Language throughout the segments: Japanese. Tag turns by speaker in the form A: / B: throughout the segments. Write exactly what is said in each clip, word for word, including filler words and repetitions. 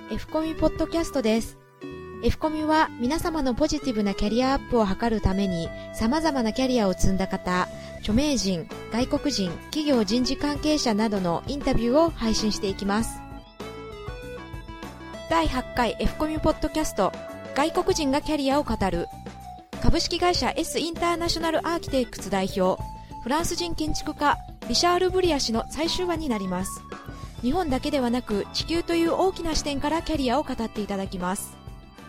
A: F コミポッドキャストです。F コミは皆様のポジティブなキャリアアップを図るために様々なキャリアを積んだ方、著名人、外国人、企業人事関係者などのインタビューを配信していきます。だいはちかい F コミポッドキャスト、外国人がキャリアを語る。株式会社 S インターナショナルアーキテクツ代表、フランス人建築家リシャール・ブリア氏の最終話になります。日本だけではなく地球という大きな視点からキャリアを語っていただきます。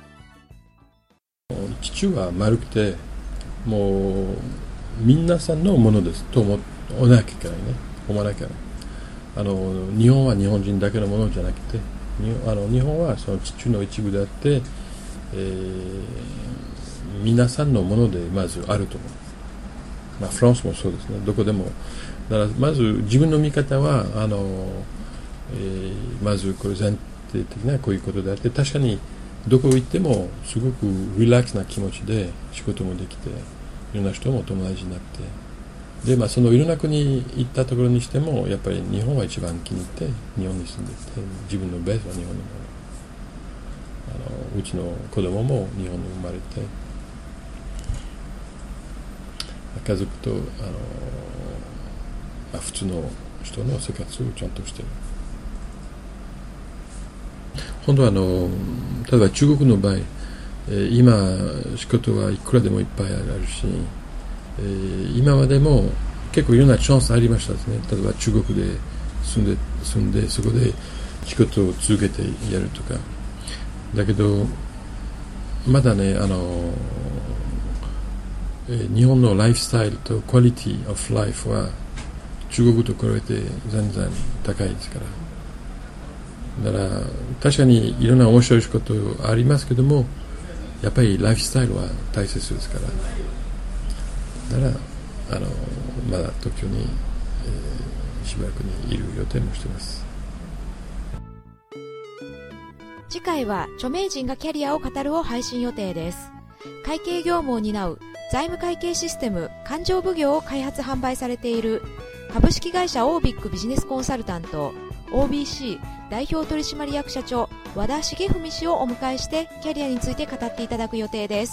B: 地球は丸くてもう皆さんのものですと思わなきゃいけないね。思わなきゃいけない。あの日本は日本人だけのものじゃなくて、日あの日本はその地球の一部であって、えー、皆さんのものでまずあると思う。まあ、フランスもそうですね。どこでもだからまず自分の見方はあの、えー、まずこれ前提的なこういうことであって、確かにどこ行ってもすごくリラックスな気持ちで仕事もできて、いろんな人も友達になって、で、まあ、そのいろんな国に行ったところにしてもやっぱり日本は一番気に入って日本に住んでて、自分のベースは日本のもの、あのうちの子供も日本に生まれて、家族とあの、まあ、普通の人の生活をちゃんとしている。本当はあの例えば中国の場合、えー、今仕事はいくらでもいっぱいあるし、えー、今までも結構いろんなチャンスありましたですね。例えば中国で住んで住んでそこで仕事を続けてやるとか。だけどまだね、あの、えー、日本のライフスタイルとクオリティオブライフは中国と比べて全然高いですから。だから確かにいろんな面白いことありますけども、やっぱりライフスタイルは大切ですから。だからあのまだ東京に、えー、しばらくにいる予定もしています。
A: 次回は著名人がキャリアを語るを配信予定です。会計業務を担う財務会計システム勘定奉行を開発販売されている株式会社オービックビジネスコンサルタント オービーシー 代表取締役社長和田重文氏をお迎えしてキャリアについて語っていただく予定です。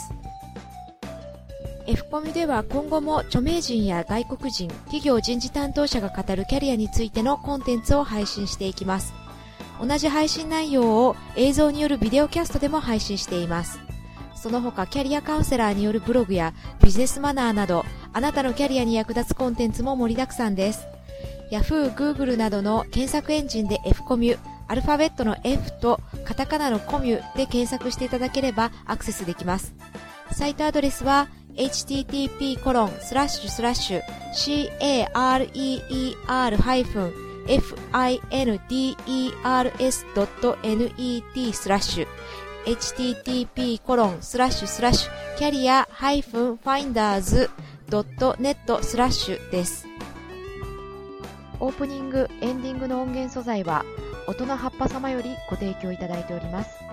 A: F コミでは今後も著名人や外国人、企業人事担当者が語るキャリアについてのコンテンツを配信していきます。同じ配信内容を映像によるビデオキャストでも配信しています。その他キャリアカウンセラーによるブログやビジネスマナーなど、あなたのキャリアに役立つコンテンツも盛りだくさんです。Yahoo、Google などの検索エンジンで F コミュ、アルファベットの F とカタカナのコミュで検索していただければアクセスできます。サイトアドレスは エイチティーティーピーコロンスラッシュスラッシュシーエーアールイーイーアールハイフンエフアイエヌディーイーアールエスドットネット スラッシュ エイチティーティーピーコロンスラッシュスラッシュキャリアハイフンファインダーズドットネットスラッシュです。オープニング、エンディングの音源素材は音の葉っぱ様よりご提供いただいております。